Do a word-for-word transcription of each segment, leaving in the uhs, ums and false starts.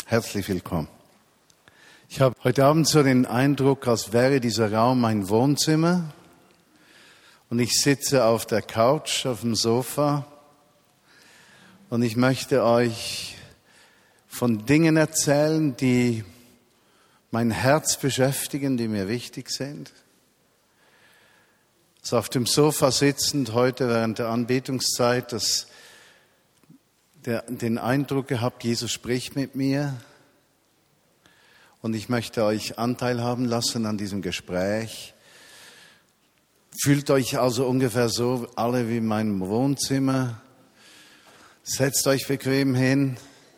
Herzlich willkommen. Ich habe heute Abend so den Eindruck, als wäre dieser Raum mein Wohnzimmer und ich sitze auf der Couch, auf dem Sofa und ich möchte euch von Dingen erzählen, die mein Herz beschäftigen, die mir wichtig sind. So auf dem Sofa sitzend heute während der Anbetungszeit, das Der, den Eindruck gehabt, Jesus spricht mit mir und ich möchte euch Anteil haben lassen an diesem Gespräch. Fühlt euch also ungefähr so alle wie in meinem Wohnzimmer. Setzt euch bequem hin,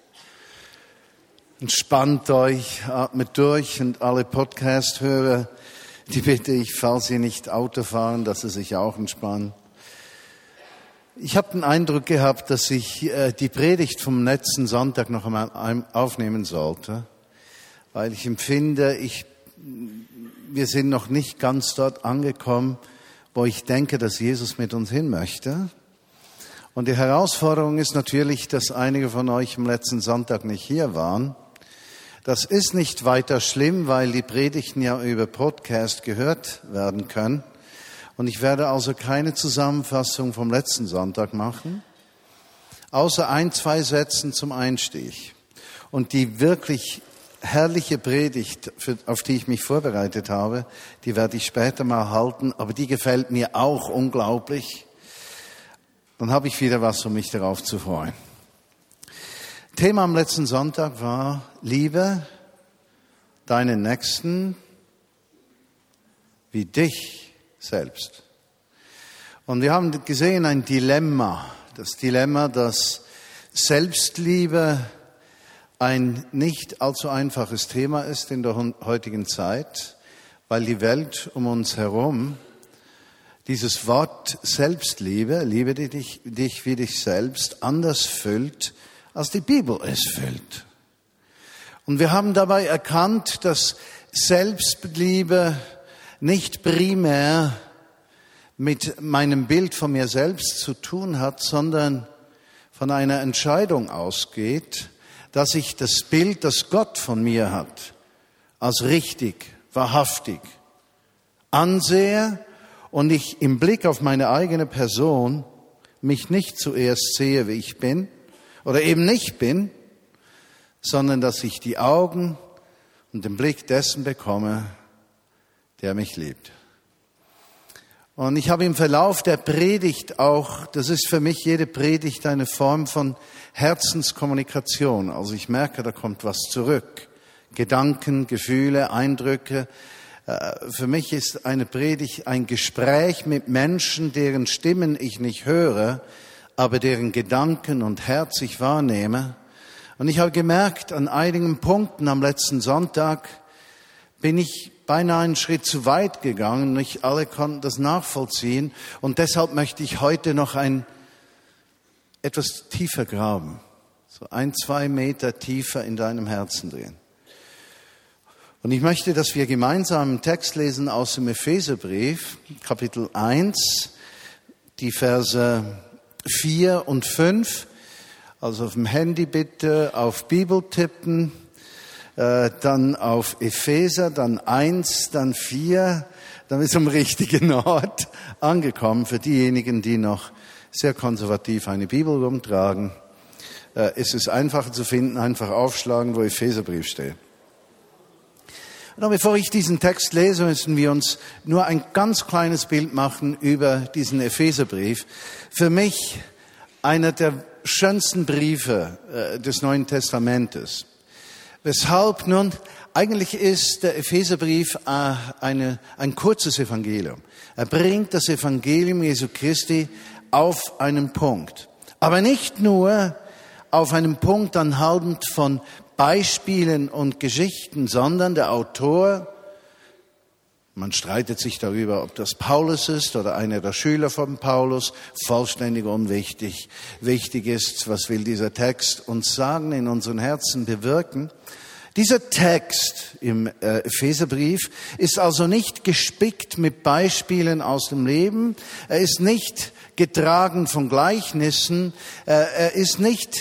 entspannt euch, atmet durch und alle Podcast-Hörer, die bitte ich, falls sie nicht Auto fahren, dass sie sich auch entspannen. Ich habe den Eindruck gehabt, dass ich äh, die Predigt vom letzten Sonntag noch einmal aufnehmen sollte, weil ich empfinde, ich, wir sind noch nicht ganz dort angekommen, wo ich denke, dass Jesus mit uns hin möchte. Und die Herausforderung ist natürlich, dass einige von euch am letzten Sonntag nicht hier waren. Das ist nicht weiter schlimm, weil die Predigten ja über Podcast gehört werden können. Und ich werde also keine Zusammenfassung vom letzten Sonntag machen, außer ein, zwei Sätzen zum Einstieg. Und die wirklich herrliche Predigt, für, auf die ich mich vorbereitet habe, die werde ich später mal halten, aber die gefällt mir auch unglaublich. Dann habe ich wieder was, um mich darauf zu freuen. Thema am letzten Sonntag war: Liebe deinen Nächsten wie dich selbst. Und wir haben gesehen ein Dilemma, das Dilemma, dass Selbstliebe ein nicht allzu einfaches Thema ist in der heutigen Zeit, weil die Welt um uns herum dieses Wort Selbstliebe, liebe dich, dich wie dich selbst, anders füllt, als die Bibel es füllt. Und wir haben dabei erkannt, dass Selbstliebe nicht primär mit meinem Bild von mir selbst zu tun hat, sondern von einer Entscheidung ausgeht, dass ich das Bild, das Gott von mir hat, als richtig, wahrhaftig ansehe und ich im Blick auf meine eigene Person mich nicht zuerst sehe, wie ich bin oder eben nicht bin, sondern dass ich die Augen und den Blick dessen bekomme, der mich liebt. Und ich habe im Verlauf der Predigt auch, das ist für mich jede Predigt eine Form von Herzenskommunikation. Also ich merke, da kommt was zurück. Gedanken, Gefühle, Eindrücke. Für mich ist eine Predigt ein Gespräch mit Menschen, deren Stimmen ich nicht höre, aber deren Gedanken und Herz ich wahrnehme. Und ich habe gemerkt, an einigen Punkten am letzten Sonntag bin ich beinahe einen Schritt zu weit gegangen. Nicht alle konnten das nachvollziehen. Und deshalb möchte ich heute noch ein etwas tiefer graben. So ein, zwei Meter tiefer in deinem Herzen drehen. Und ich möchte, dass wir gemeinsam einen Text lesen aus dem Epheserbrief, Kapitel eins, die Verse vier und fünf. Also auf dem Handy bitte auf Bibel tippen. Dann auf Epheser, dann eins, dann vier, dann ist am richtigen Ort angekommen. Für diejenigen, die noch sehr konservativ eine Bibel rumtragen, ist es einfacher zu finden, einfach aufschlagen, wo Epheserbrief steht. Und bevor ich diesen Text lese, müssen wir uns nur ein ganz kleines Bild machen über diesen Epheserbrief. Für mich einer der schönsten Briefe des Neuen Testamentes. Weshalb nun, eigentlich ist der Epheserbrief äh, eine, ein kurzes Evangelium. Er bringt das Evangelium Jesu Christi auf einen Punkt. Aber nicht nur auf einen Punkt anhand von Beispielen und Geschichten, sondern der Autor, man streitet sich darüber, ob das Paulus ist oder einer der Schüler von Paulus, vollständig unwichtig. Wichtig ist, was will dieser Text uns sagen, in unseren Herzen bewirken. Dieser Text im Epheserbrief ist also nicht gespickt mit Beispielen aus dem Leben. Er ist nicht getragen von Gleichnissen. Er ist nicht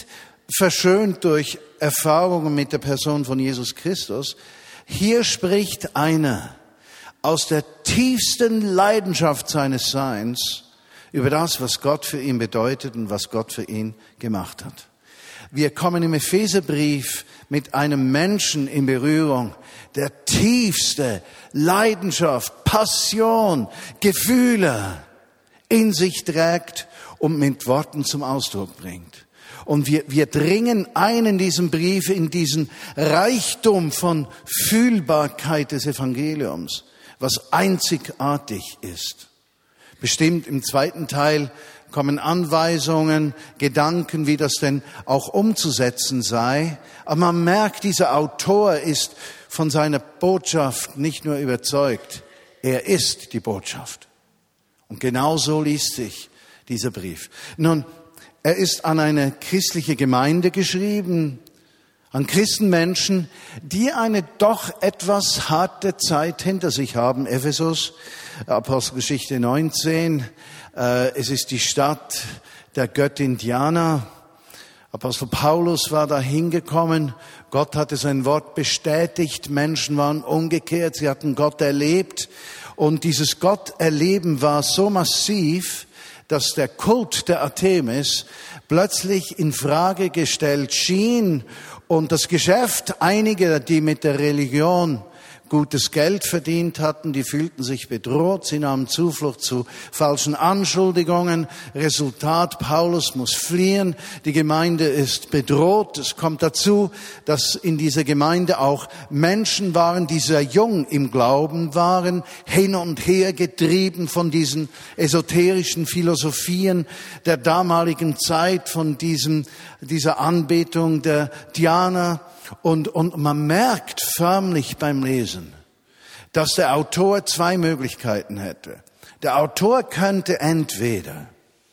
verschönt durch Erfahrungen mit der Person von Jesus Christus. Hier spricht einer aus der tiefsten Leidenschaft seines Seins über das, was Gott für ihn bedeutet und was Gott für ihn gemacht hat. Wir kommen im Epheserbrief mit einem Menschen in Berührung, der tiefste Leidenschaft, Passion, Gefühle in sich trägt und mit Worten zum Ausdruck bringt. Und wir, wir dringen ein in diesem Brief in diesen Reichtum von Fühlbarkeit des Evangeliums, was einzigartig ist. Bestimmt im zweiten Teil kommen Anweisungen, Gedanken, wie das denn auch umzusetzen sei. Aber man merkt, dieser Autor ist von seiner Botschaft nicht nur überzeugt, er ist die Botschaft. Und genau so liest sich dieser Brief. Nun, er ist an eine christliche Gemeinde geschrieben, an Christenmenschen, die eine doch etwas harte Zeit hinter sich haben. Ephesus, Apostelgeschichte neunzehn, äh, es ist die Stadt der Göttin Diana. Apostel Paulus war da hingekommen, Gott hatte sein Wort bestätigt, Menschen waren umgekehrt, sie hatten Gott erlebt. Und dieses Gott-Erleben war so massiv, dass der Kult der Artemis plötzlich in Frage gestellt schien und das Geschäft einiger, die mit der Religion gutes Geld verdient hatten, die fühlten sich bedroht, sie nahmen Zuflucht zu falschen Anschuldigungen. Resultat, Paulus muss fliehen, die Gemeinde ist bedroht. Es kommt dazu, dass in dieser Gemeinde auch Menschen waren, die sehr jung im Glauben waren, hin und her getrieben von diesen esoterischen Philosophien der damaligen Zeit, von diesem, dieser Anbetung der Diana. Und, und man merkt förmlich beim Lesen, dass der Autor zwei Möglichkeiten hätte. Der Autor könnte entweder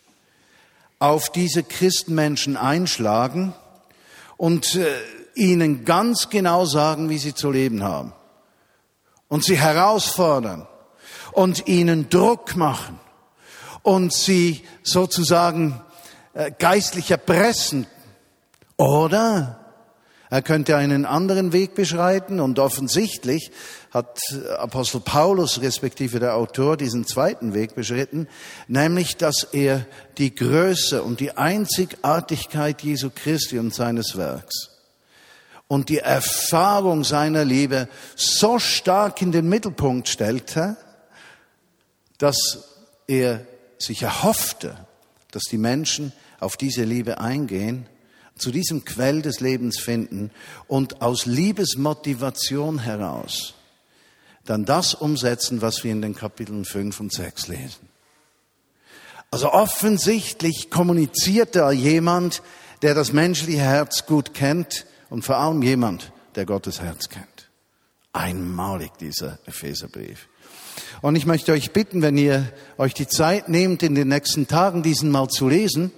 auf diese Christenmenschen einschlagen und äh, ihnen ganz genau sagen, wie sie zu leben haben. Und sie herausfordern und ihnen Druck machen und sie sozusagen äh, geistlich erpressen. Oder er könnte einen anderen Weg beschreiten und offensichtlich hat Apostel Paulus, respektive der Autor, diesen zweiten Weg beschritten, nämlich, dass er die Größe und die Einzigartigkeit Jesu Christi und seines Werks und die Erfahrung seiner Liebe so stark in den Mittelpunkt stellte, dass er sich erhoffte, dass die Menschen auf diese Liebe eingehen, zu diesem Quell des Lebens finden und aus Liebesmotivation heraus dann das umsetzen, was wir in den Kapiteln fünf und sechs lesen. Also offensichtlich kommuniziert da jemand, der das menschliche Herz gut kennt und vor allem jemand, der Gottes Herz kennt. Einmalig dieser Epheserbrief. Und ich möchte euch bitten, wenn ihr euch die Zeit nehmt, in den nächsten Tagen diesen mal zu lesen,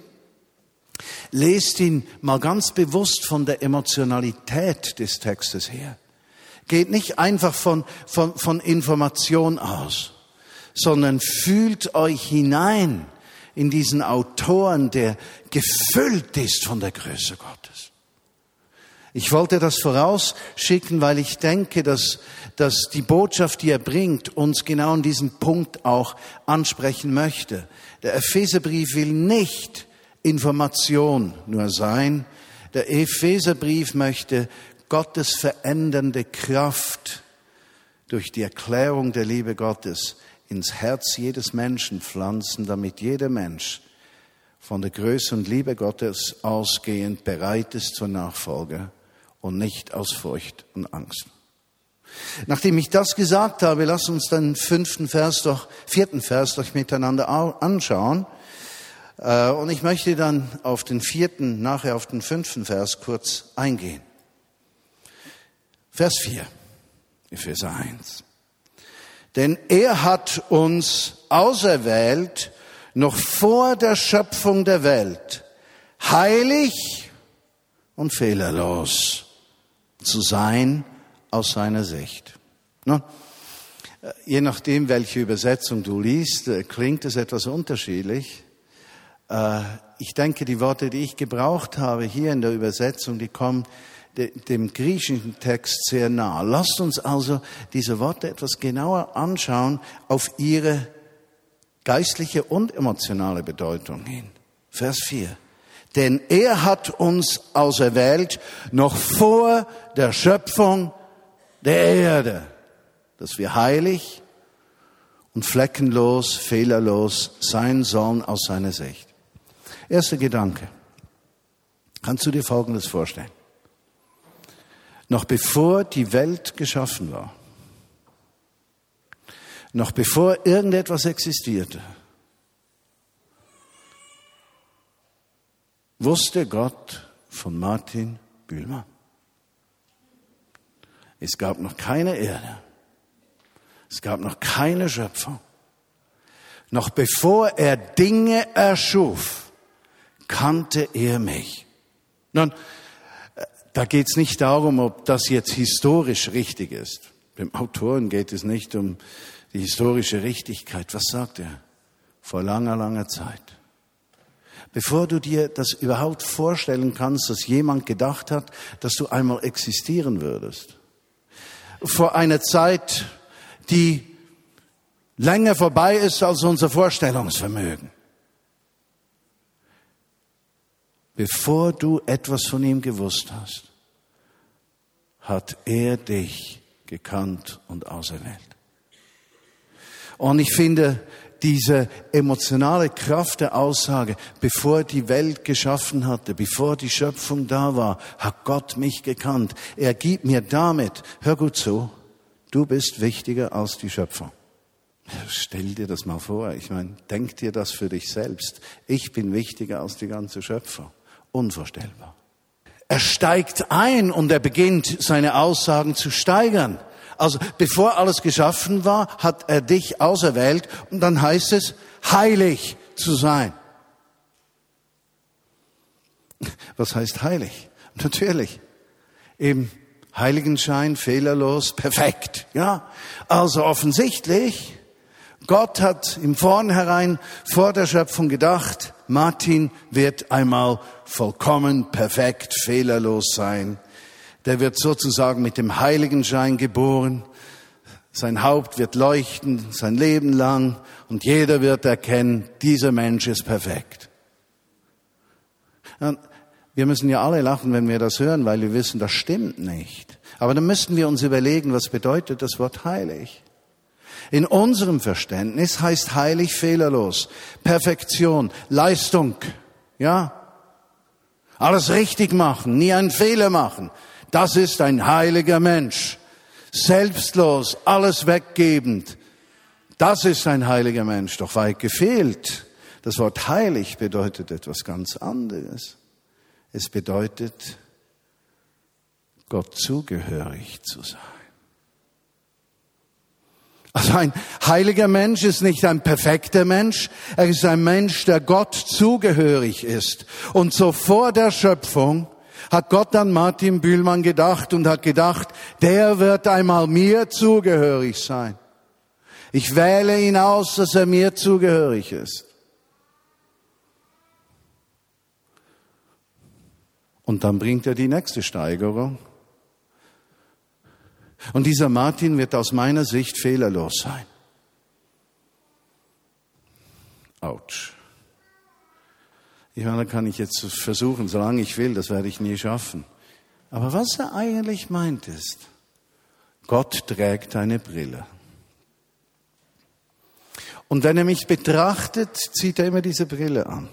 lest ihn mal ganz bewusst von der Emotionalität des Textes her. Geht nicht einfach von, von, von Information aus, sondern fühlt euch hinein in diesen Autoren, der gefüllt ist von der Größe Gottes. Ich wollte das vorausschicken, weil ich denke, dass, dass die Botschaft, die er bringt, uns genau an diesem Punkt auch ansprechen möchte. Der Epheserbrief will nicht Information nur sein. Der Epheserbrief möchte Gottes verändernde Kraft durch die Erklärung der Liebe Gottes ins Herz jedes Menschen pflanzen, damit jeder Mensch von der Größe und Liebe Gottes ausgehend bereit ist zur Nachfolge und nicht aus Furcht und Angst. Nachdem ich das gesagt habe, lasst uns den fünften Vers doch, vierten Vers doch miteinander anschauen. Und ich möchte dann auf den vierten, nachher auf den fünften Vers kurz eingehen. Vers vier, Epheser eins. Denn er hat uns auserwählt, noch vor der Schöpfung der Welt, heilig und fehlerlos zu sein aus seiner Sicht. Nun, je nachdem, welche Übersetzung du liest, klingt es etwas unterschiedlich. Äh, ich denke, die Worte, die ich gebraucht habe hier in der Übersetzung, die kommen de, dem griechischen Text sehr nah. Lasst uns also diese Worte etwas genauer anschauen auf ihre geistliche und emotionale Bedeutung hin. Vers vier. Denn er hat uns auserwählt noch vor der Schöpfung der Erde, dass wir heilig und fleckenlos, fehlerlos sein sollen aus seiner Sicht. Erster Gedanke. Kannst du dir Folgendes vorstellen? Noch bevor die Welt geschaffen war, noch bevor irgendetwas existierte, wusste Gott von Martin Bühlmann. Es gab noch keine Erde. Es gab noch keine Schöpfung. Noch bevor er Dinge erschuf, kannte er mich. Nun, da geht es nicht darum, ob das jetzt historisch richtig ist. Beim Autoren geht es nicht um die historische Richtigkeit. Was sagt er? Vor langer, langer Zeit. Bevor du dir das überhaupt vorstellen kannst, dass jemand gedacht hat, dass du einmal existieren würdest. Vor einer Zeit, die länger vorbei ist als unser Vorstellungsvermögen. Bevor du etwas von ihm gewusst hast, hat er dich gekannt und auserwählt. Und ich finde, diese emotionale Kraft der Aussage, bevor die Welt geschaffen hatte, bevor die Schöpfung da war, hat Gott mich gekannt. Er gibt mir damit, hör gut zu, du bist wichtiger als die Schöpfung. Stell dir das mal vor, ich meine, denk dir das für dich selbst. Ich bin wichtiger als die ganze Schöpfung. Unvorstellbar. Er steigt ein und er beginnt, seine Aussagen zu steigern. Also bevor alles geschaffen war, hat er dich auserwählt und dann heißt es, heilig zu sein. Was heißt heilig? Natürlich, eben Heiligenschein, fehlerlos, perfekt. Ja, also offensichtlich, Gott hat im Vornherein vor der Schöpfung gedacht, Martin wird einmal vollkommen, perfekt, fehlerlos sein. Der wird sozusagen mit dem Heiligenschein geboren. Sein Haupt wird leuchten, sein Leben lang. Und jeder wird erkennen, dieser Mensch ist perfekt. Und wir müssen ja alle lachen, wenn wir das hören, weil wir wissen, das stimmt nicht. Aber dann müssten wir uns überlegen, was bedeutet das Wort heilig? In unserem Verständnis heißt heilig fehlerlos, Perfektion, Leistung, ja? Alles richtig machen, nie einen Fehler machen. Das ist ein heiliger Mensch. Selbstlos, alles weggebend. Das ist ein heiliger Mensch. Doch weit gefehlt. Das Wort heilig bedeutet etwas ganz anderes. Es bedeutet, Gott zugehörig zu sein. Also ein heiliger Mensch ist nicht ein perfekter Mensch. Er ist ein Mensch, der Gott zugehörig ist. Und so vor der Schöpfung hat Gott an Martin Bühlmann gedacht und hat gedacht, der wird einmal mir zugehörig sein. Ich wähle ihn aus, dass er mir zugehörig ist. Und dann bringt er die nächste Steigerung. Und dieser Martin wird aus meiner Sicht fehlerlos sein. Autsch. Ich meine, da kann ich jetzt versuchen, solange ich will, das werde ich nie schaffen. Aber was er eigentlich meint ist, Gott trägt eine Brille. Und wenn er mich betrachtet, zieht er immer diese Brille an.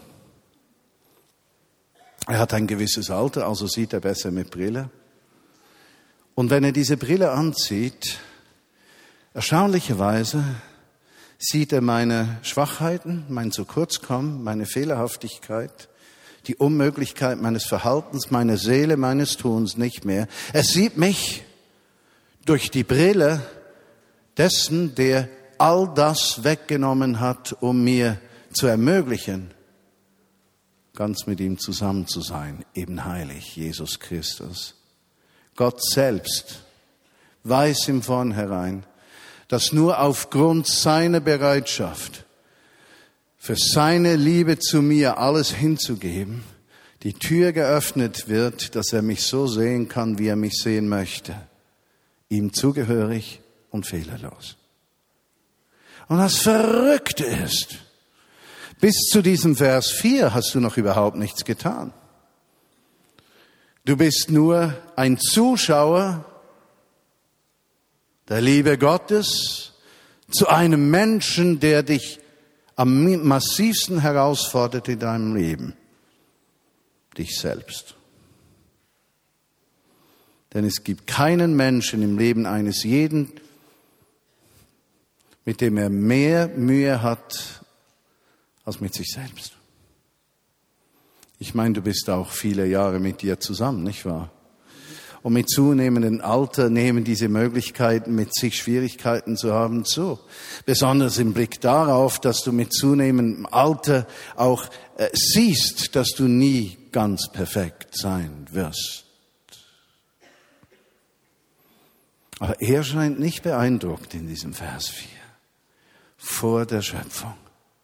Er hat ein gewisses Alter, also sieht er besser mit Brille. Und wenn er diese Brille anzieht, erstaunlicherweise sieht er meine Schwachheiten, mein zu kurz kommen, meine Fehlerhaftigkeit, die Unmöglichkeit meines Verhaltens, meiner Seele, meines Tuns nicht mehr. Er sieht mich durch die Brille dessen, der all das weggenommen hat, um mir zu ermöglichen, ganz mit ihm zusammen zu sein, eben heilig, Jesus Christus. Gott selbst weiß im Vornherein, dass nur aufgrund seiner Bereitschaft für seine Liebe zu mir alles hinzugeben, die Tür geöffnet wird, dass er mich so sehen kann, wie er mich sehen möchte. Ihm zugehörig und fehlerlos. Und das Verrückte ist, bis zu diesem Vers vier hast du noch überhaupt nichts getan. Du bist nur ein Zuschauer der Liebe Gottes zu einem Menschen, der dich am massivsten herausfordert in deinem Leben. Dich selbst. Denn es gibt keinen Menschen im Leben eines jeden, mit dem er mehr Mühe hat als mit sich selbst. Ich meine, du bist auch viele Jahre mit dir zusammen, nicht wahr? Und mit zunehmendem Alter nehmen diese Möglichkeiten, mit sich Schwierigkeiten zu haben, zu. Besonders im Blick darauf, dass du mit zunehmendem Alter auch äh, siehst, dass du nie ganz perfekt sein wirst. Aber er scheint nicht beeindruckt in diesem Vers vier. Vor der Schöpfung.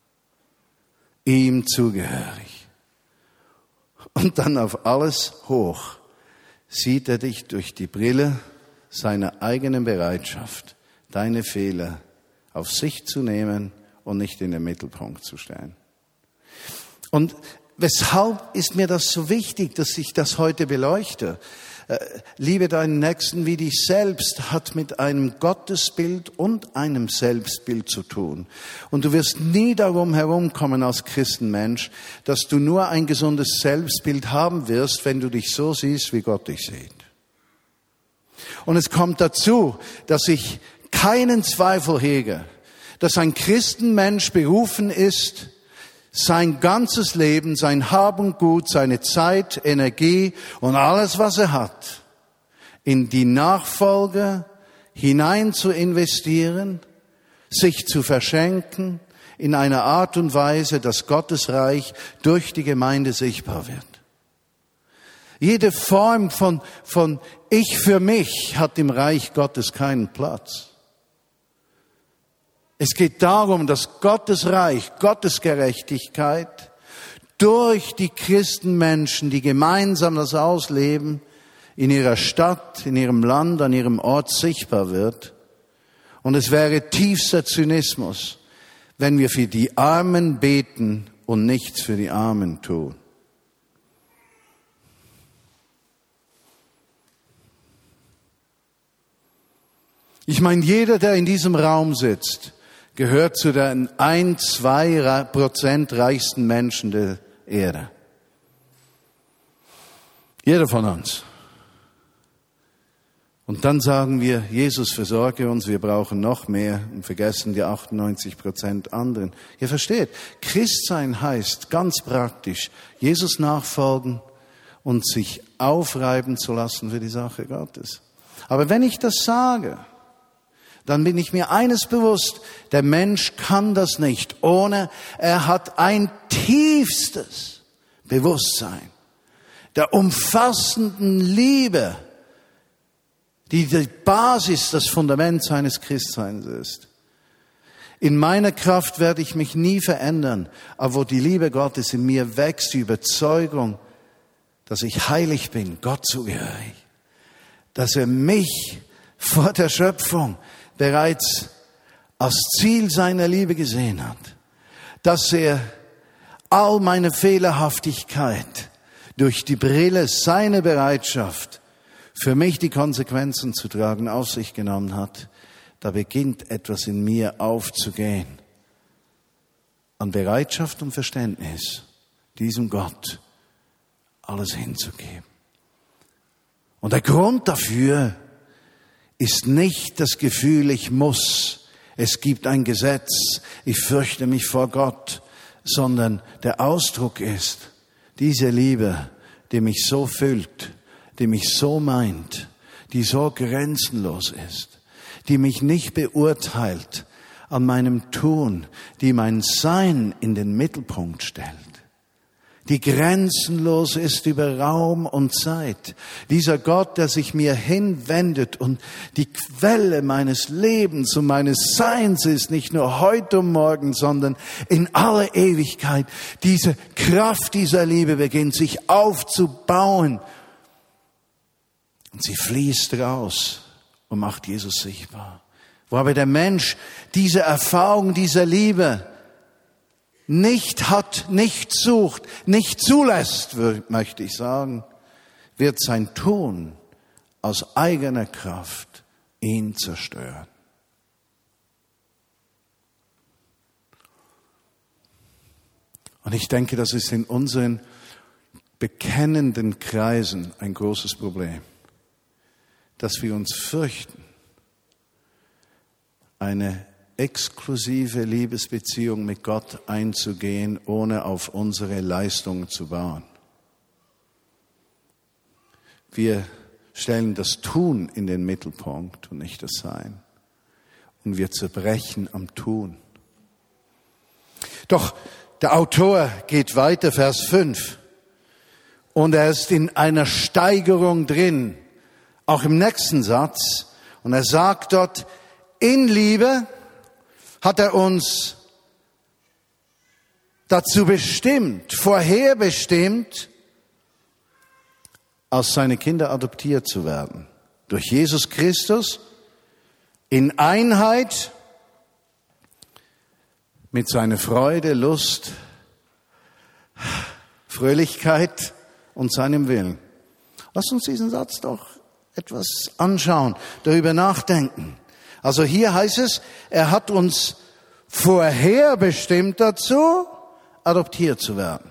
Ihm zugehörig. Und dann auf alles hoch sieht er dich durch die Brille seiner eigenen Bereitschaft, deine Fehler auf sich zu nehmen und nicht in den Mittelpunkt zu stellen. Und weshalb ist mir das so wichtig, dass ich das heute beleuchte? Liebe deinen Nächsten wie dich selbst hat mit einem Gottesbild und einem Selbstbild zu tun. Und du wirst nie darum herumkommen als Christenmensch, dass du nur ein gesundes Selbstbild haben wirst, wenn du dich so siehst, wie Gott dich sieht. Und es kommt dazu, dass ich keinen Zweifel hege, dass ein Christenmensch berufen ist, sein ganzes Leben, sein Hab und Gut, seine Zeit, Energie und alles, was er hat, in die Nachfolge hinein zu investieren, sich zu verschenken, in einer Art und Weise, dass Gottes Reich durch die Gemeinde sichtbar wird. Jede Form von, von Ich für mich hat im Reich Gottes keinen Platz. Es geht darum, dass Gottes Reich, Gottes Gerechtigkeit durch die Christenmenschen, die gemeinsam das ausleben, in ihrer Stadt, in ihrem Land, an ihrem Ort sichtbar wird. Und es wäre tiefster Zynismus, wenn wir für die Armen beten und nichts für die Armen tun. Ich meine, jeder, der in diesem Raum sitzt, gehört zu den ein, zwei Prozent reichsten Menschen der Erde. Jeder von uns. Und dann sagen wir, Jesus versorge uns, wir brauchen noch mehr und vergessen die achtundneunzig Prozent anderen. Ihr versteht, Christsein heißt ganz praktisch, Jesus nachfolgen und sich aufreiben zu lassen für die Sache Gottes. Aber wenn ich das sage, dann bin ich mir eines bewusst, der Mensch kann das nicht, ohne er hat ein tiefstes Bewusstsein der umfassenden Liebe, die die Basis, das Fundament seines Christseins ist. In meiner Kraft werde ich mich nie verändern, aber wo die Liebe Gottes in mir wächst, die Überzeugung, dass ich heilig bin, Gott zugehörig, dass er mich vor der Schöpfung bereits als Ziel seiner Liebe gesehen hat, dass er all meine Fehlerhaftigkeit durch die Brille seiner Bereitschaft für mich die Konsequenzen zu tragen auf sich genommen hat, da beginnt etwas in mir aufzugehen an Bereitschaft und Verständnis, diesem Gott alles hinzugeben. Und der Grund dafür ist nicht das Gefühl, ich muss, es gibt ein Gesetz, ich fürchte mich vor Gott, sondern der Ausdruck ist diese Liebe, die mich so füllt, die mich so meint, die so grenzenlos ist, die mich nicht beurteilt an meinem Tun, die mein Sein in den Mittelpunkt stellt, die grenzenlos ist über Raum und Zeit. Dieser Gott, der sich mir hinwendet und die Quelle meines Lebens und meines Seins ist, nicht nur heute und morgen, sondern in aller Ewigkeit. Diese Kraft dieser Liebe beginnt sich aufzubauen und sie fließt raus und macht Jesus sichtbar. Wo aber der Mensch diese Erfahrung dieser Liebe nicht hat, nicht sucht, nicht zulässt, möchte ich sagen, wird sein Tun aus eigener Kraft ihn zerstören. Und ich denke, das ist in unseren bekennenden Kreisen ein großes Problem, dass wir uns fürchten, eine exklusive Liebesbeziehung mit Gott einzugehen, ohne auf unsere Leistungen zu bauen. Wir stellen das Tun in den Mittelpunkt und nicht das Sein. Und wir zerbrechen am Tun. Doch der Autor geht weiter, Vers fünf. Und er ist in einer Steigerung drin, auch im nächsten Satz. Und er sagt dort, in Liebe hat er uns dazu bestimmt, vorherbestimmt, als seine Kinder adoptiert zu werden. Durch Jesus Christus in Einheit mit seiner Freude, Lust, Fröhlichkeit und seinem Willen. Lass uns diesen Satz doch etwas anschauen, darüber nachdenken. Also hier heißt es, er hat uns vorherbestimmt dazu, adoptiert zu werden.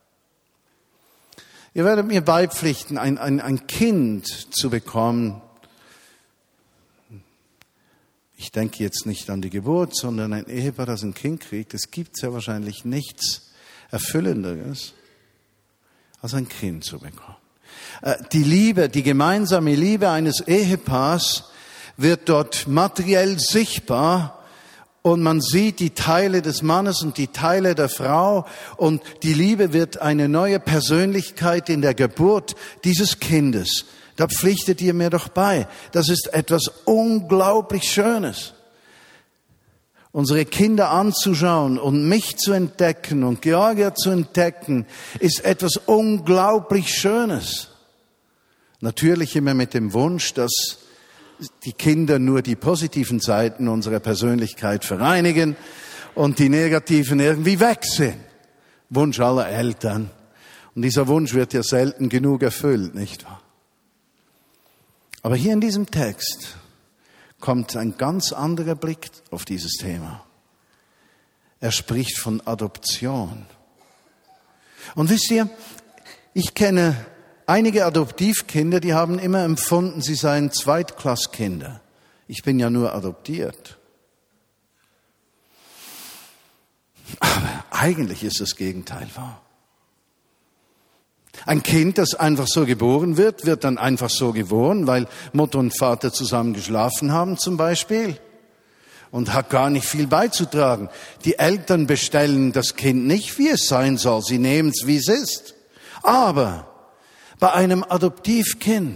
Ihr werdet mir beipflichten, ein, ein, ein Kind zu bekommen. Ich denke jetzt nicht an die Geburt, sondern ein Ehepaar, das ein Kind kriegt. Es gibt sehr wahrscheinlich nichts Erfüllenderes, als ein Kind zu bekommen. Die Liebe, die gemeinsame Liebe eines Ehepaars wird dort materiell sichtbar und man sieht die Teile des Mannes und die Teile der Frau und die Liebe wird eine neue Persönlichkeit in der Geburt dieses Kindes. Da pflichtet ihr mir doch bei. Das ist etwas unglaublich Schönes. Unsere Kinder anzuschauen und mich zu entdecken und Georgia zu entdecken, ist etwas unglaublich Schönes. Natürlich immer mit dem Wunsch, dass die Kinder nur die positiven Seiten unserer Persönlichkeit vereinigen und die negativen irgendwie weg sind. Wunsch aller Eltern. Und dieser Wunsch wird ja selten genug erfüllt, nicht wahr? Aber hier in diesem Text kommt ein ganz anderer Blick auf dieses Thema. Er spricht von Adoption. Und wisst ihr, ich kenne einige Adoptivkinder, die haben immer empfunden, sie seien Zweitklasskinder. Ich bin ja nur adoptiert. Aber eigentlich ist das Gegenteil wahr. Ein Kind, das einfach so geboren wird, wird dann einfach so geboren, weil Mutter und Vater zusammen geschlafen haben zum Beispiel und hat gar nicht viel beizutragen. Die Eltern bestellen das Kind nicht, wie es sein soll. Sie nehmen es, wie es ist. Aber bei einem Adoptivkind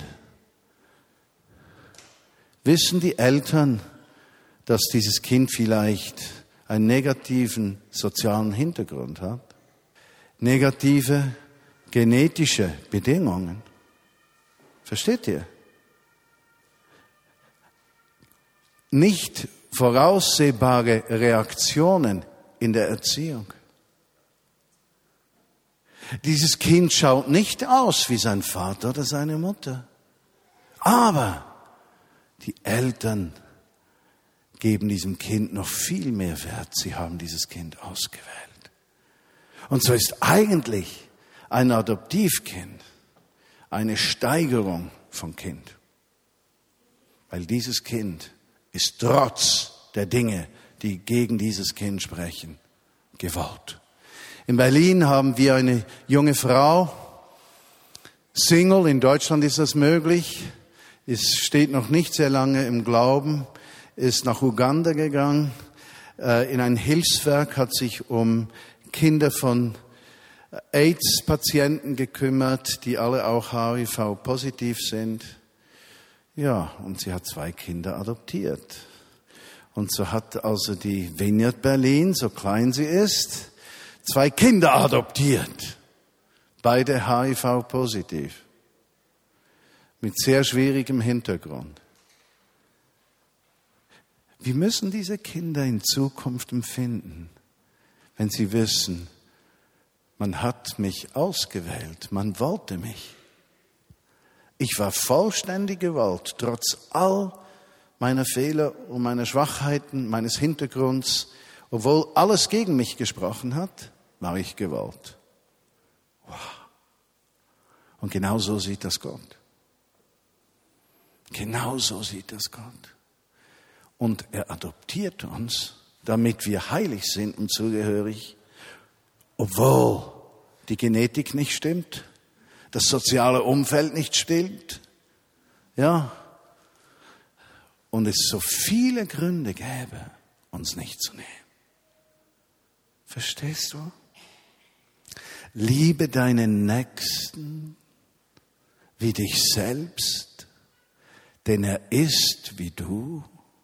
wissen die Eltern, dass dieses Kind vielleicht einen negativen sozialen Hintergrund hat, negative genetische Bedingungen. Versteht ihr? Nicht voraussehbare Reaktionen in der Erziehung. Dieses Kind schaut nicht aus wie sein Vater oder seine Mutter. Aber die Eltern geben diesem Kind noch viel mehr Wert. Sie haben dieses Kind ausgewählt. Und so ist eigentlich ein Adoptivkind eine Steigerung vom Kind. Weil dieses Kind ist trotz der Dinge, die gegen dieses Kind sprechen, gewollt. In Berlin haben wir eine junge Frau, Single, in Deutschland ist das möglich, es steht noch nicht sehr lange im Glauben, ist nach Uganda gegangen, in ein Hilfswerk, hat sich um Kinder von AIDS-Patienten gekümmert, die alle auch H I V-positiv sind. Ja, und sie hat zwei Kinder adoptiert. Und so hat also die Vineyard Berlin, so klein sie ist, zwei Kinder adoptiert. Beide H I V-positiv. Mit sehr schwierigem Hintergrund. Wie müssen diese Kinder in Zukunft empfinden, wenn sie wissen, man hat mich ausgewählt, man wollte mich. Ich war vollständig gewollt, trotz all meiner Fehler und meiner Schwachheiten, meines Hintergrunds. Obwohl alles gegen mich gesprochen hat, war ich gewollt. Wow. Und genau so sieht das Gott. Genau so sieht das Gott. Und er adoptiert uns, damit wir heilig sind und zugehörig, obwohl die Genetik nicht stimmt, das soziale Umfeld nicht stimmt, ja, und es so viele Gründe gäbe, uns nicht zu nehmen. Verstehst du? Liebe deinen Nächsten wie dich selbst, denn er ist wie du.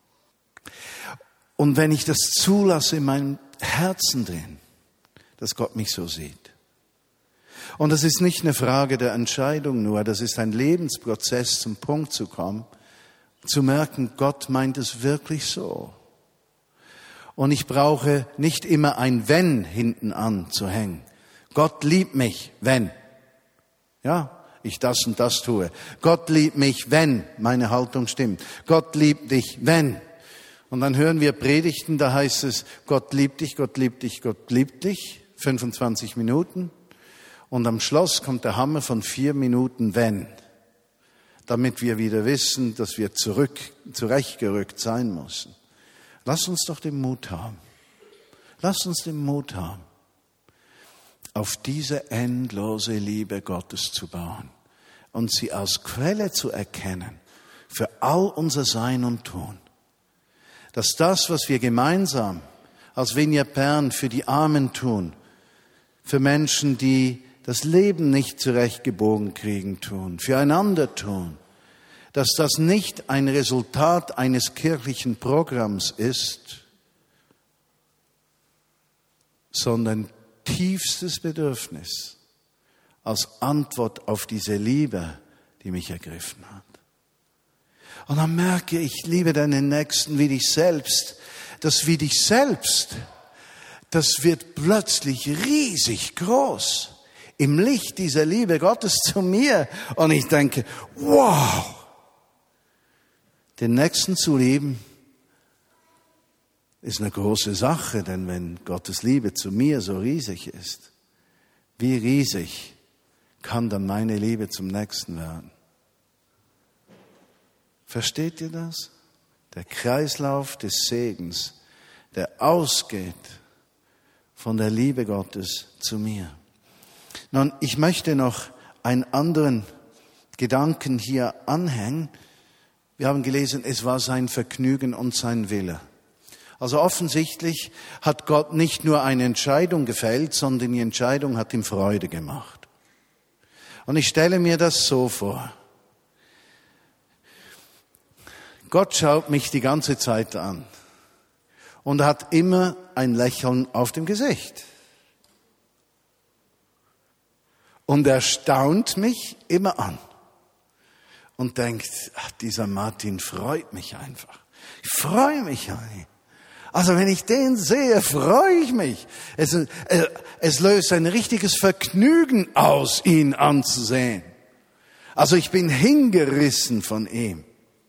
Und wenn ich das zulasse in meinem Herzen drin, dass Gott mich so sieht. Und das ist nicht eine Frage der Entscheidung nur, das ist ein Lebensprozess, zum Punkt zu kommen, zu merken, Gott meint es wirklich so. Und ich brauche nicht immer ein Wenn hinten an zu hängen. Gott liebt mich, wenn. Ja, ich das und das tue. Gott liebt mich, wenn meine Haltung stimmt. Gott liebt dich, wenn. Und dann hören wir Predigten, da heißt es, Gott liebt dich, Gott liebt dich, Gott liebt dich. fünfundzwanzig Minuten. Und am Schluss kommt der Hammer von vier Minuten, wenn. Damit wir wieder wissen, dass wir zurück, zurechtgerückt sein müssen. Lass uns doch den Mut haben. Lass uns den Mut haben, auf diese endlose Liebe Gottes zu bauen und sie als Quelle zu erkennen für all unser Sein und Tun. Dass das, was wir gemeinsam als Vineyard Bern für die Armen tun, für Menschen, die das Leben nicht zurechtgebogen kriegen, tun, füreinander tun, dass das nicht ein Resultat eines kirchlichen Programms ist, sondern tiefstes Bedürfnis als Antwort auf diese Liebe, die mich ergriffen hat. Und dann merke ich, liebe deinen Nächsten wie dich selbst. Das wie dich selbst, das wird plötzlich riesig groß im Licht dieser Liebe Gottes zu mir. Und ich denke, wow, den Nächsten zu lieben ist eine große Sache, denn wenn Gottes Liebe zu mir so riesig ist, wie riesig kann dann meine Liebe zum Nächsten werden? Versteht ihr das? Der Kreislauf des Segens, der ausgeht von der Liebe Gottes zu mir. Nun, ich möchte noch einen anderen Gedanken hier anhängen. Wir haben gelesen, es war sein Vergnügen und sein Wille. Also offensichtlich hat Gott nicht nur eine Entscheidung gefällt, sondern die Entscheidung hat ihm Freude gemacht. Und ich stelle mir das so vor. Gott schaut mich die ganze Zeit an und hat immer ein Lächeln auf dem Gesicht. Und er staunt mich immer an und denkt, ach, dieser Martin freut mich einfach. Ich freue mich an ihn. Also wenn ich den sehe, freue ich mich. Es, äh, es löst ein richtiges Vergnügen aus, ihn anzusehen. Also ich bin hingerissen von ihm.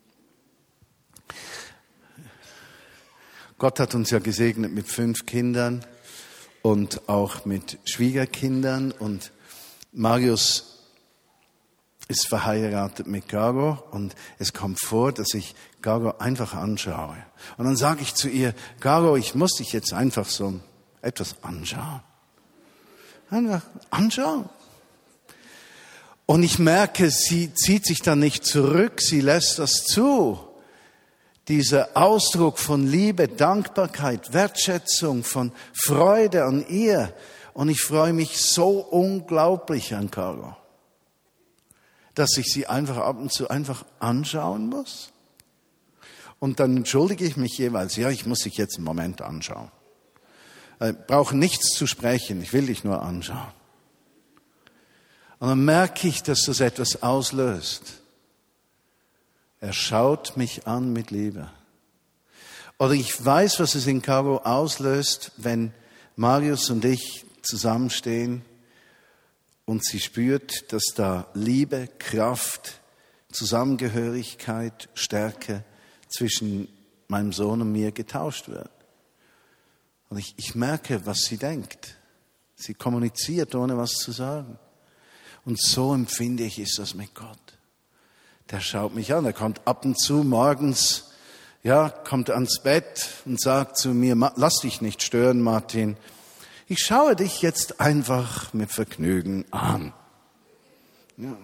Gott hat uns ja gesegnet mit fünf Kindern und auch mit Schwiegerkindern. Und Marius ist verheiratet mit Gago und es kommt vor, dass ich Gago einfach anschaue. Und dann sage ich zu ihr, Gago, ich muss dich jetzt einfach so etwas anschauen. Einfach anschauen. Und ich merke, sie zieht sich dann nicht zurück, sie lässt das zu. Dieser Ausdruck von Liebe, Dankbarkeit, Wertschätzung, von Freude an ihr. Und ich freue mich so unglaublich an Caro, dass ich sie einfach ab und zu einfach anschauen muss. Und dann entschuldige ich mich jeweils, ja, ich muss dich jetzt einen Moment anschauen. Ich brauche nichts zu sprechen, ich will dich nur anschauen. Und dann merke ich, dass das etwas auslöst. Er schaut mich an mit Liebe. Oder ich weiß, was es in Caro auslöst, wenn Marius und ich zusammenstehen und sie spürt, dass da Liebe, Kraft, Zusammengehörigkeit, Stärke zwischen meinem Sohn und mir getauscht wird. Und ich, ich merke, was sie denkt. Sie kommuniziert, ohne was zu sagen. Und so empfinde ich, ist das mit Gott. Der schaut mich an, er kommt ab und zu morgens, ja, kommt ans Bett und sagt zu mir, lass dich nicht stören, Martin. Ich schaue dich jetzt einfach mit Vergnügen an. Ja.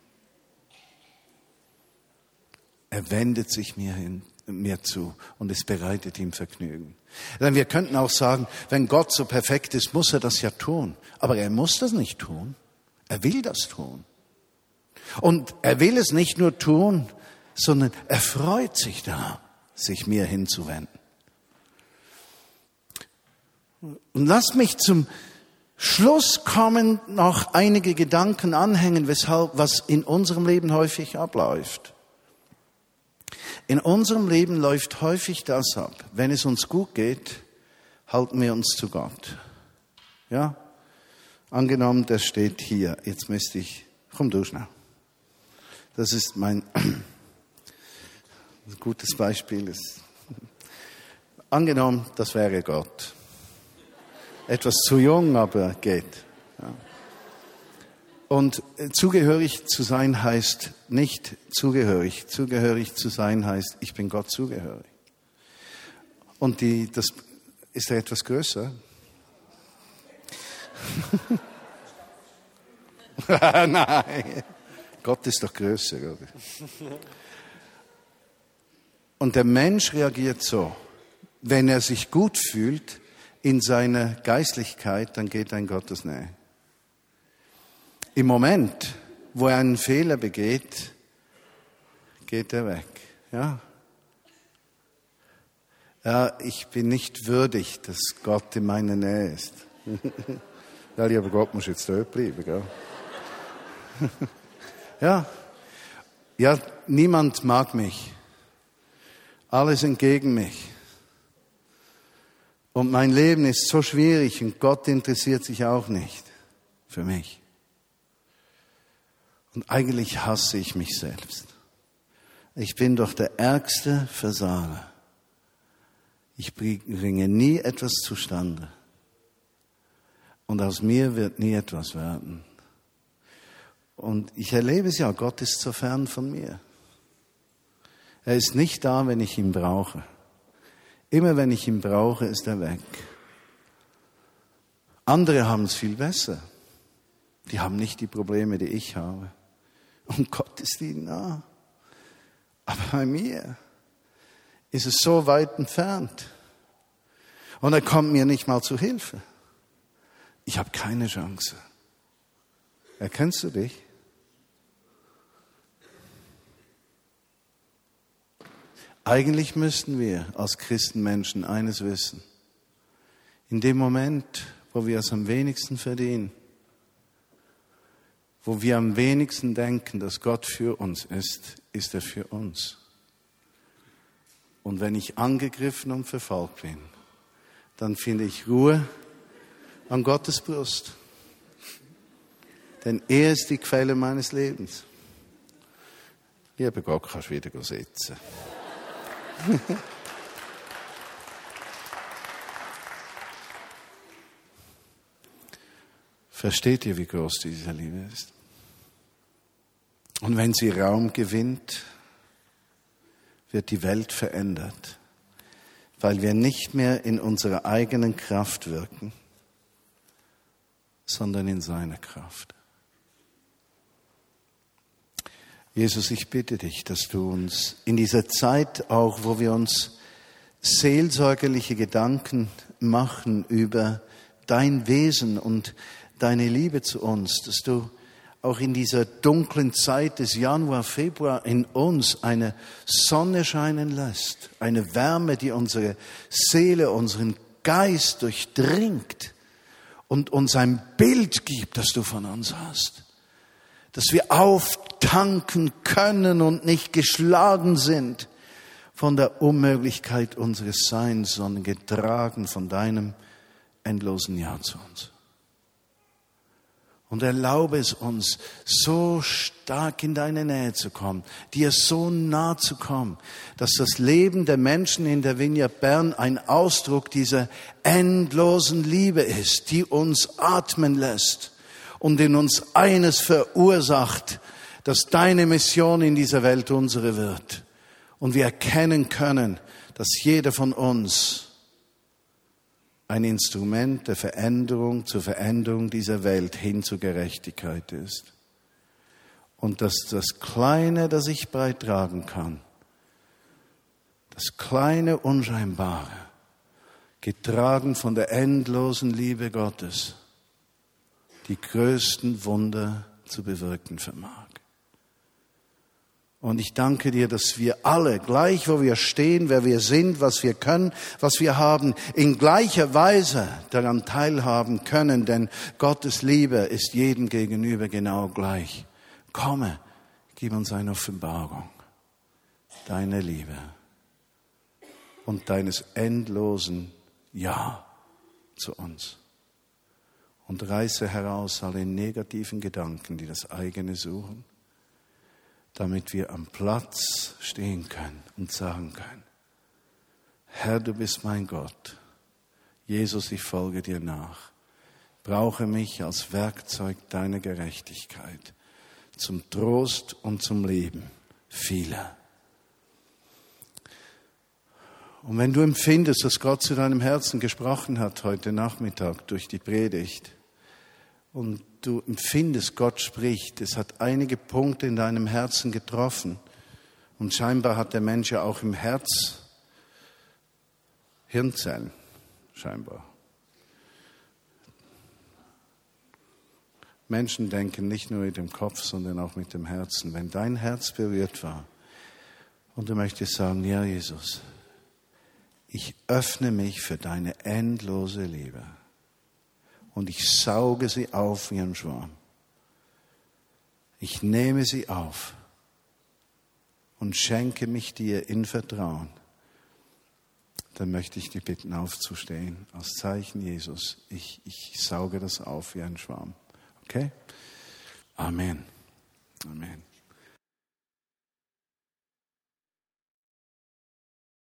Er wendet sich mir hin, mir zu und es bereitet ihm Vergnügen. Denn wir könnten auch sagen, wenn Gott so perfekt ist, muss er das ja tun. Aber er muss das nicht tun. Er will das tun. Und er will es nicht nur tun, sondern er freut sich da, sich mir hinzuwenden. Und lass mich zum Schluss kommen, noch einige Gedanken anhängen, weshalb, was in unserem Leben häufig abläuft. In unserem Leben läuft häufig das ab. Wenn es uns gut geht, halten wir uns zu Gott. Ja? Angenommen, der steht hier. Jetzt müsste ich, komm du schnell. Das ist mein ein gutes Beispiel. Ist, angenommen, das wäre Gott. Etwas zu jung, aber geht. Ja. Und zugehörig zu sein heißt nicht zugehörig. Zugehörig zu sein heißt, ich bin Gott zugehörig. Und die, das ist ja etwas größer. Nein, Gott ist doch größer, oder? Und der Mensch reagiert so, wenn er sich gut fühlt in seiner Geistlichkeit, dann geht er in Gottes Nähe. Im Moment, wo er einen Fehler begeht, geht er weg. Ja, ja, ich bin nicht würdig, dass Gott in meiner Nähe ist. Ja, lieber Gott, muss jetzt dort bleiben, gell? Ja, ja, niemand mag mich. Alle sind gegen mich. Und mein Leben ist so schwierig und Gott interessiert sich auch nicht für mich. Und eigentlich hasse ich mich selbst. Ich bin doch der ärgste Versager. Ich bringe nie etwas zustande. Und aus mir wird nie etwas werden. Und ich erlebe es ja, Gott ist so fern von mir. Er ist nicht da, wenn ich ihn brauche. Immer wenn ich ihn brauche, ist er weg. Andere haben es viel besser. Die haben nicht die Probleme, die ich habe. Und Gott ist ihnen nah. Aber bei mir ist es so weit entfernt. Und er kommt mir nicht mal zu Hilfe. Ich habe keine Chance. Erkennst du dich? Eigentlich müssten wir als Christenmenschen eines wissen. In dem Moment, wo wir es am wenigsten verdienen, wo wir am wenigsten denken, dass Gott für uns ist, ist er für uns. Und wenn ich angegriffen und verfolgt bin, dann finde ich Ruhe an Gottes Brust. Denn er ist die Quelle meines Lebens. Lieber Gott, kannst du wieder sitzen. Versteht ihr, wie groß diese Liebe ist? Und wenn sie Raum gewinnt, wird die Welt verändert, weil wir nicht mehr in unserer eigenen Kraft wirken, sondern in seiner Kraft. Jesus, ich bitte dich, dass du uns in dieser Zeit auch, wo wir uns seelsorgerliche Gedanken machen über dein Wesen und deine Liebe zu uns, dass du auch in dieser dunklen Zeit des Januar, Februar in uns eine Sonne scheinen lässt, eine Wärme, die unsere Seele, unseren Geist durchdringt und uns ein Bild gibt, das du von uns hast. Dass wir auftanken können und nicht geschlagen sind von der Unmöglichkeit unseres Seins, sondern getragen von deinem endlosen Ja zu uns. Und erlaube es uns, so stark in deine Nähe zu kommen, dir so nah zu kommen, dass das Leben der Menschen in der Vineyard Bern ein Ausdruck dieser endlosen Liebe ist, die uns atmen lässt und in uns eines verursacht, dass deine Mission in dieser Welt unsere wird. Und wir erkennen können, dass jeder von uns ein Instrument der Veränderung zur Veränderung dieser Welt hin zur Gerechtigkeit ist. Und dass das Kleine, das ich beitragen kann, das kleine Unscheinbare, getragen von der endlosen Liebe Gottes, die größten Wunder zu bewirken vermag. Und ich danke dir, dass wir alle, gleich wo wir stehen, wer wir sind, was wir können, was wir haben, in gleicher Weise daran teilhaben können, denn Gottes Liebe ist jedem gegenüber genau gleich. Komme, gib uns eine Offenbarung deiner Liebe und deines endlosen Ja zu uns. Und reiße heraus alle negativen Gedanken, die das eigene suchen, damit wir am Platz stehen können und sagen können, Herr, du bist mein Gott. Jesus, ich folge dir nach. Brauche mich als Werkzeug deiner Gerechtigkeit zum Trost und zum Leben vieler. Und wenn du empfindest, dass Gott zu deinem Herzen gesprochen hat heute Nachmittag durch die Predigt, und du empfindest, Gott spricht, es hat einige Punkte in deinem Herzen getroffen. Und scheinbar hat der Mensch ja auch im Herz Hirnzellen, scheinbar. Menschen denken nicht nur mit dem Kopf, sondern auch mit dem Herzen. Wenn dein Herz berührt war und du möchtest sagen, ja Jesus, ich öffne mich für deine endlose Liebe. Und ich sauge sie auf wie ein Schwarm. Ich nehme sie auf und schenke mich dir in Vertrauen. Dann möchte ich dich bitten, aufzustehen, als Zeichen Jesus. Ich, ich sauge das auf wie ein Schwarm. Okay? Amen. Amen.